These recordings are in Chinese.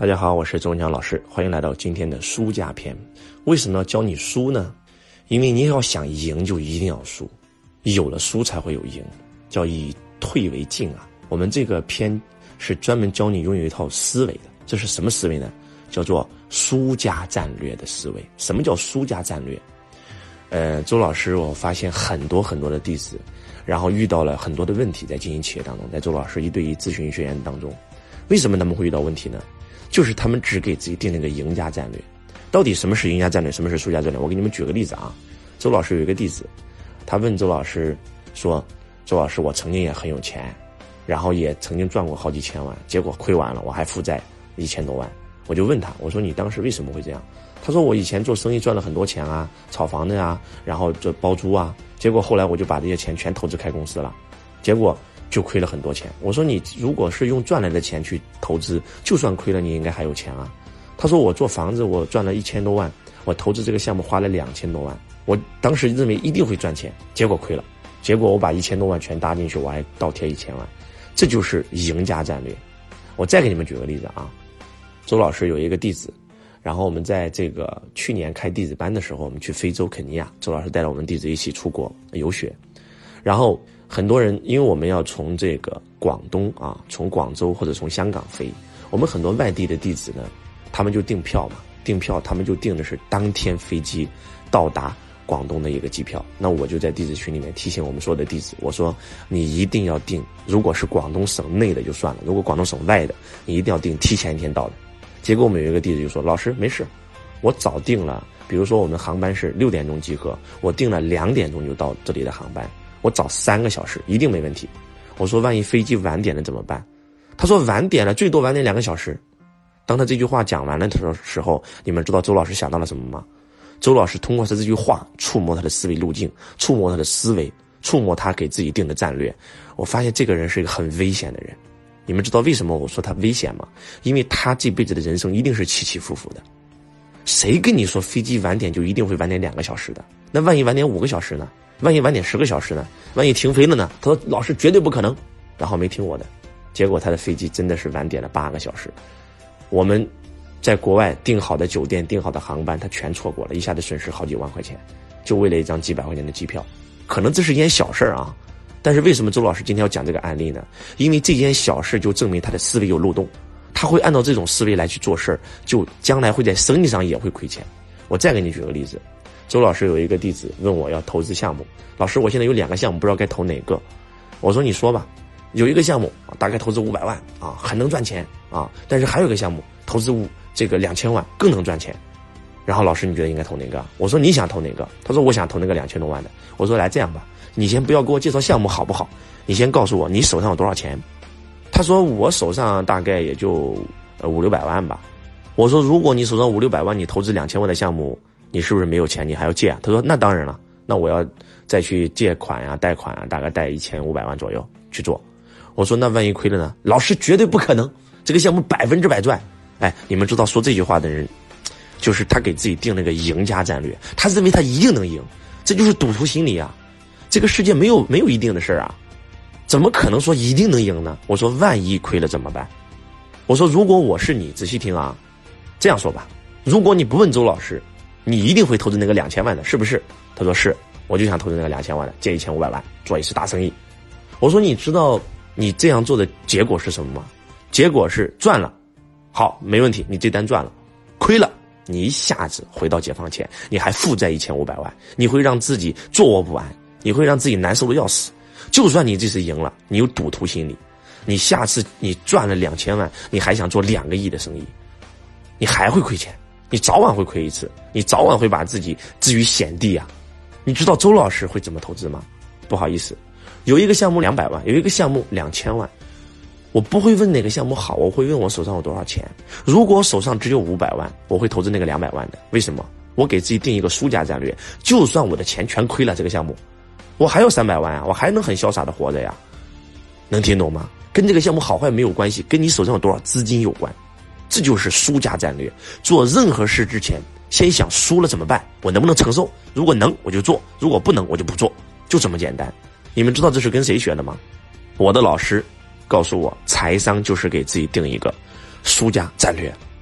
大家好，我是周文强老师，欢迎来到今天的输家篇。为什么要教你输呢？因为你要想赢就一定要输，有了输才会有赢，叫以退为进啊。我们这个篇是专门教你拥有一套思维的，这是什么思维呢？叫做输家战略的思维。什么叫输家战略？周老师我发现很多的弟子，然后遇到了很多的问题在经营企业当中，在周老师1对1咨询学员当中，为什么他们会遇到问题呢？就是他们只给自己定了一个赢家战略。到底什么是赢家战略，什么是输家战略？我给你们举个例子啊。周老师有一个弟子，他问周老师说，周老师，我曾经也很有钱，然后也曾经赚过好几千万，结果亏完了，我还负债1000多万。我就问他，我说你当时为什么会这样？他说我以前做生意赚了很多钱啊，炒房子啊，然后就包租啊，结果后来我就把这些钱全投资开公司了，结果就亏了很多钱。我说你如果是用赚来的钱去投资，就算亏了你应该还有钱啊。他说我做房子我赚了1000多万，我投资这个项目花了2000多万，我当时认为一定会赚钱，结果亏了，结果我把1000多万全搭进去，我还倒贴1000万，这就是赢家战略。我再给你们举个例子啊，周老师有一个弟子，然后我们在这个去年开弟子班的时候，我们去非洲肯尼亚，周老师带着我们弟子一起出国游学，然后很多人因为我们要从这个广东啊，从广州或者从香港飞，我们很多外地的弟子呢，他们就订票嘛，订票他们就订的是当天飞机到达广东的一个机票。那我就在弟子群里面提醒我们所有的弟子，我说你一定要订，如果是广东省内的就算了，如果广东省外的你一定要订提前1天到的。结果我们有一个弟子就说，老师没事，我早订了，比如说我们航班是6点钟集合，我订了2点钟就到这里的航班，我早3个小时一定没问题。我说万一飞机晚点了怎么办？他说晚点了最多晚点2个小时。当他这句话讲完了的时候，你们知道周老师想到了什么吗？周老师通过他这句话触摸他的思维路径，触摸他的思维，触摸他给自己定的战略。我发现这个人是一个很危险的人。你们知道为什么我说他危险吗？因为他这辈子的人生一定是起起伏伏的。谁跟你说飞机晚点就一定会晚点2个小时的？那万一晚点5个小时呢？万一晚点10个小时呢？万一停飞了呢？他说老师绝对不可能，然后没听我的，结果他的飞机真的是晚点了8个小时。我们在国外订好的酒店、订好的航班他全错过了，一下子损失好几万块钱，就为了一张几百块钱的机票。可能这是一件小事啊，但是为什么周老师今天要讲这个案例呢？因为这件小事就证明他的思维有漏洞，他会按照这种思维来去做事，就将来会在生意上也会亏钱。我再给你举个例子，周老师有一个弟子问我要投资项目，老师我现在有2个项目不知道该投哪个。我说你说吧，有一个项目大概投资500万啊，很能赚钱啊，但是还有一个项目投资这个2000万更能赚钱，然后老师你觉得应该投哪个？我说你想投哪个？他说我想投那个2000多万的。我说来这样吧，你先不要给我介绍项目好不好，你先告诉我你手上有多少钱。他说我手上大概也就500-600万吧。我说如果你手上500-600万，你投资2000万的项目，你是不是没有钱？你还要借啊？他说那当然了，那我要再去借款啊，贷款啊，大概贷1500万左右去做。我说那万一亏了呢？老师绝对不可能，这个项目100%赚。哎，你们知道说这句话的人，就是他给自己定了个赢家战略，他认为他一定能赢，这就是赌徒心理啊。这个世界没有一定的事啊，怎么可能说一定能赢呢？我说万一亏了怎么办？我说如果我是你，仔细听啊，这样说吧，如果你不问周老师，你一定会投资那个2000万的，是不是？他说是，我就想投资那个2000万的，借1500万做一次大生意。我说你知道你这样做的结果是什么吗？结果是赚了，好，没问题，你这单赚了。亏了，你一下子回到解放前，你还负债1500万，你会让自己坐卧不安，你会让自己难受的要死。就算你这次赢了，你有赌徒心理，你下次你赚了2000万，你还想做2个亿的生意，你还会亏钱，你早晚会亏一次，你早晚会把自己置于险地啊。你知道周老师会怎么投资吗？不好意思，有一个项目200万，有一个项目2000万，我不会问哪个项目好，我会问我手上有多少钱。如果我手上只有500万，我会投资那个200万的。为什么？我给自己定一个输家战略，就算我的钱全亏了这个项目，我还有300万啊，我还能很潇洒的活着呀。能听懂吗？跟这个项目好坏没有关系，跟你手上有多少资金有关。这就是输家战略。做任何事之前，先想输了怎么办，我能不能承受？如果能我就做，如果不能我就不做，就这么简单。你们知道这是跟谁学的吗？我的老师告诉我，财商就是给自己定一个输家战略。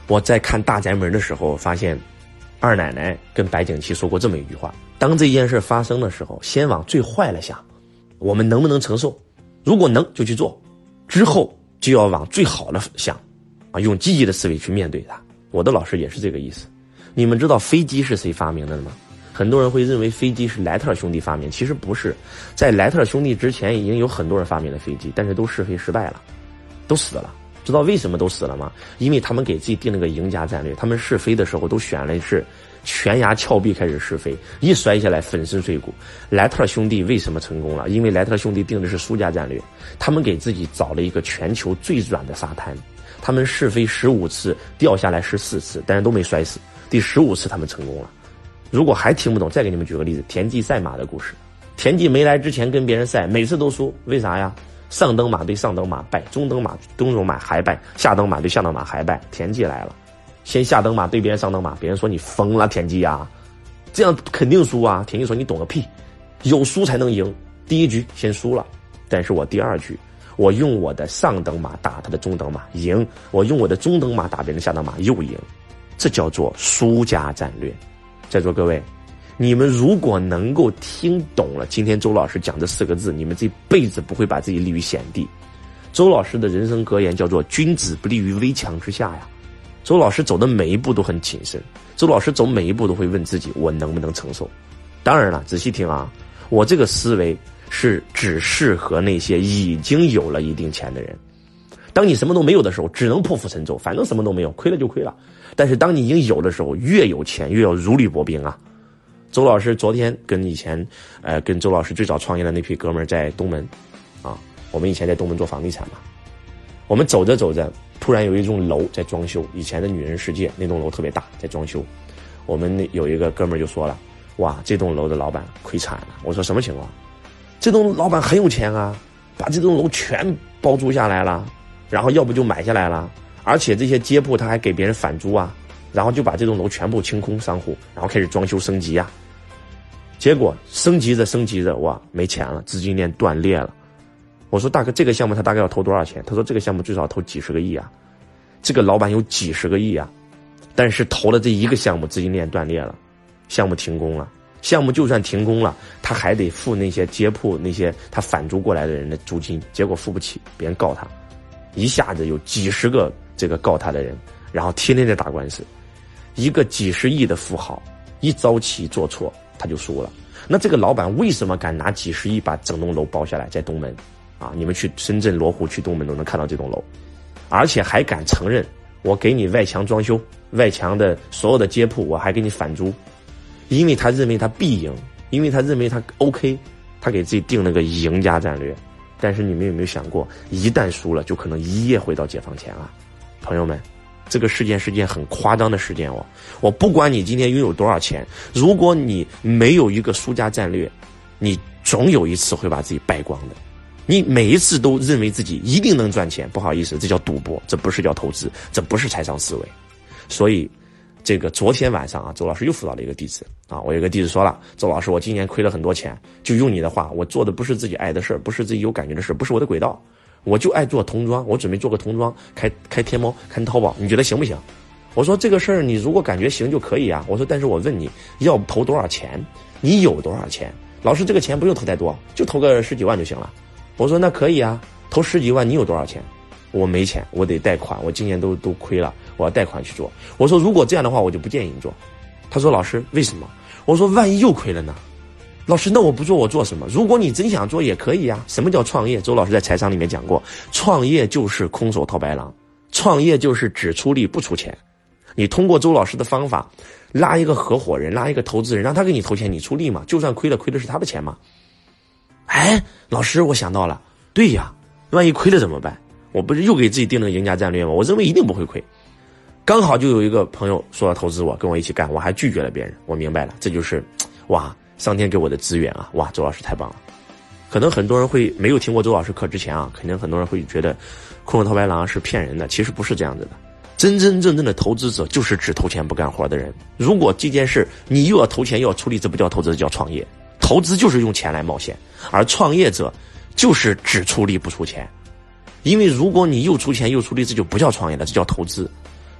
我在看大宅门的时候，发现二奶奶跟白景琦说过这么一句话：当这件事发生的时候，先往最坏了想，我们能不能承受？如果能就去做，之后就要往最好的想，用积极的思维去面对它。我的老师也是这个意思。你们知道飞机是谁发明的吗？很多人会认为飞机是莱特兄弟发明，其实不是。在莱特兄弟之前，已经有很多人发明了飞机，但是都试飞失败了，都死了。知道为什么都死了吗？因为他们给自己定了个赢家战略，他们试飞的时候都选了是悬崖峭壁开始试飞，一摔下来粉身碎骨。莱特兄弟为什么成功了？因为莱特兄弟定的是输家战略，他们给自己找了一个全球最软的沙滩，他们试飞15次，掉下来14次，但是都没摔死。第15次他们成功了。如果还听不懂，再给你们举个例子，田忌赛马的故事。田忌没来之前跟别人赛，每次都输，为啥呀？上等马对上等马败，中等马还败，下等马对下等马还败。田忌来了，先下等马对别人上等马，别人说你疯了田忌啊，这样肯定输啊。田忌说你懂个屁，有输才能赢。第一局先输了，但是我第二局我用我的上等马打他的中等马赢，我用我的中等马打别人下等马又赢，这叫做输家战略。在座各位，你们如果能够听懂了今天周老师讲这4个字，你们这辈子不会把自己立于险地。周老师的人生格言叫做君子不立于危墙之下呀。周老师走的每一步都很谨慎，周老师走每一步都会问自己我能不能承受。当然了，仔细听啊，我这个思维是只适合那些已经有了一定钱的人。当你什么都没有的时候，只能破釜沉舟，反正什么都没有，亏了就亏了。但是当你已经有的时候，越有钱越要如履薄冰啊。周老师昨天跟以前跟周老师最早创业的那批哥们儿在东门啊，我们以前在东门做房地产嘛，我们走着走着，突然有一栋楼在装修，以前的女人世界那栋楼特别大，在装修。我们有一个哥们儿就说了，哇，这栋楼的老板亏惨了。我说什么情况？这栋老板很有钱啊，把这栋楼全包租下来了，然后要不就买下来了，而且这些街铺他还给别人返租啊，然后就把这栋楼全部清空商户，然后开始装修升级啊。结果升级着，哇，没钱了，资金链断裂了。我说大哥，这个项目他大概要投多少钱？他说这个项目最少投几十个亿啊。这个老板有几十个亿啊，但是投了这一个项目，资金链断裂了，项目停工了。项目就算停工了，他还得付那些街铺那些他返租过来的人的租金，结果付不起，别人告他，一下子有几十个这个告他的人，然后天天在打官司。一个几十亿的富豪，一招棋做错他就输了。那这个老板为什么敢拿几十亿把整栋楼包下来，在东门啊，你们去深圳罗湖去东门都能看到这栋楼，而且还敢承认我给你外墙装修，外墙的所有的街铺我还给你返租，因为他认为他必赢，因为他认为他 OK， 他给自己定了个赢家战略。但是你们有没有想过，一旦输了就可能一夜回到解放前了。朋友们，这个事件是件很夸张的事件哦。我不管你今天拥有多少钱，如果你没有一个输家战略，你总有一次会把自己败光的。你每一次都认为自己一定能赚钱，不好意思，这叫赌博，这不是叫投资，这不是财商思维。所以这个昨天晚上啊，周老师又辅导了一个弟子啊，我有个弟子说了，周老师，我今年亏了很多钱，就用你的话，我做的不是自己爱的事儿，不是自己有感觉的事，不是我的轨道，我就爱做童装，我准备做个童装，开天猫，开淘宝，你觉得行不行？我说这个事儿你如果感觉行就可以啊。我说但是我问你要投多少钱，你有多少钱？老师这个钱不用投太多，就投个10几万就行了。我说那可以啊，投10几万，你有多少钱？我没钱，我得贷款，我今年都亏了，我要贷款去做。我说如果这样的话，我就不建议你做。他说老师为什么？我说万一又亏了呢？老师那我不做我做什么？如果你真想做也可以啊。什么叫创业？周老师在财商里面讲过，创业就是空手套白狼，创业就是只出力不出钱。你通过周老师的方法，拉一个合伙人，拉一个投资人，让他给你投钱，你出力嘛，就算亏了，亏的是他的钱嘛。哎，老师我想到了，对呀，万一亏了怎么办？我不是又给自己定了个赢家战略吗？我认为一定不会亏。刚好就有一个朋友说要投资我，跟我一起干，我还拒绝了别人。我明白了，这就是哇，上天给我的资源啊！哇，周老师太棒了。可能很多人会没有听过周老师课之前啊，肯定很多人会觉得空手套白狼是骗人的，其实不是这样子的。真真正正的投资者就是只投钱不干活的人。如果这件事你又要投钱又要出力，这不叫投资，这叫创业。投资就是用钱来冒险，而创业者就是只出力不出钱。因为如果你又出钱又出力，这就不叫创业了，这叫投资。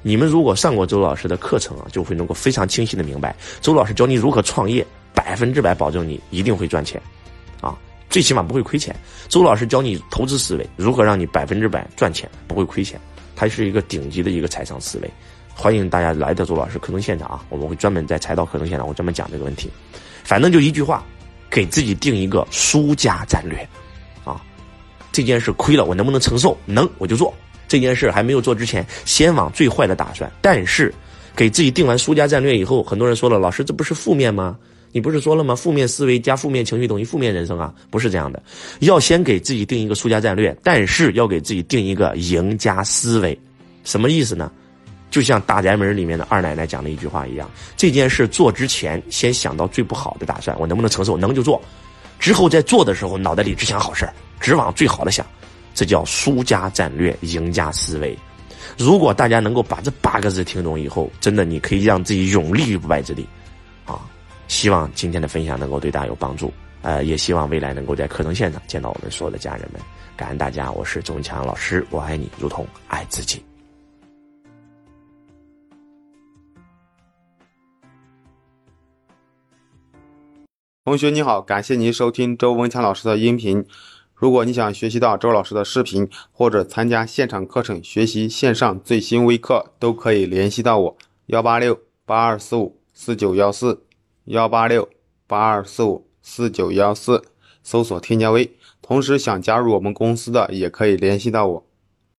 你们如果上过周老师的课程啊，就会能够非常清晰的明白，周老师教你如何创业，100%保证你一定会赚钱啊，最起码不会亏钱。周老师教你投资思维，如何让你100%赚钱，不会亏钱，它是一个顶级的一个财商思维。欢迎大家来到周老师课程现场啊，我们会专门在财道课程现场，我专门讲这个问题。反正就一句话，给自己定一个输家战略啊。这件事亏了，我能不能承受？能，我就做。这件事还没有做之前，先往最坏的打算。但是给自己定完输家战略以后，很多人说了，老师这不是负面吗？你不是说了吗？负面思维加负面情绪等于负面人生啊，不是这样的。要先给自己定一个输家战略，但是要给自己定一个赢家思维。什么意思呢？就像大宅门里面的二奶奶讲的一句话一样，这件事做之前先想到最不好的打算，我能不能承受？能就做。之后在做的时候，脑袋里只想好事，只往最好的想，这叫输家战略，赢家思维。如果大家能够把这8个字听懂以后，真的你可以让自己永立于不败之地啊！希望今天的分享能够对大家有帮助，也希望未来能够在课程现场见到我们所有的家人们。感恩大家，我是周文强老师，我爱你如同爱自己。 同学你好，感谢您收听周文强老师的音频。如果你想学习到周老师的视频，或者参加现场课程学习线上最新微课，都可以联系到我18682454914 18682454914，搜索添加微。同时想加入我们公司的也可以联系到我。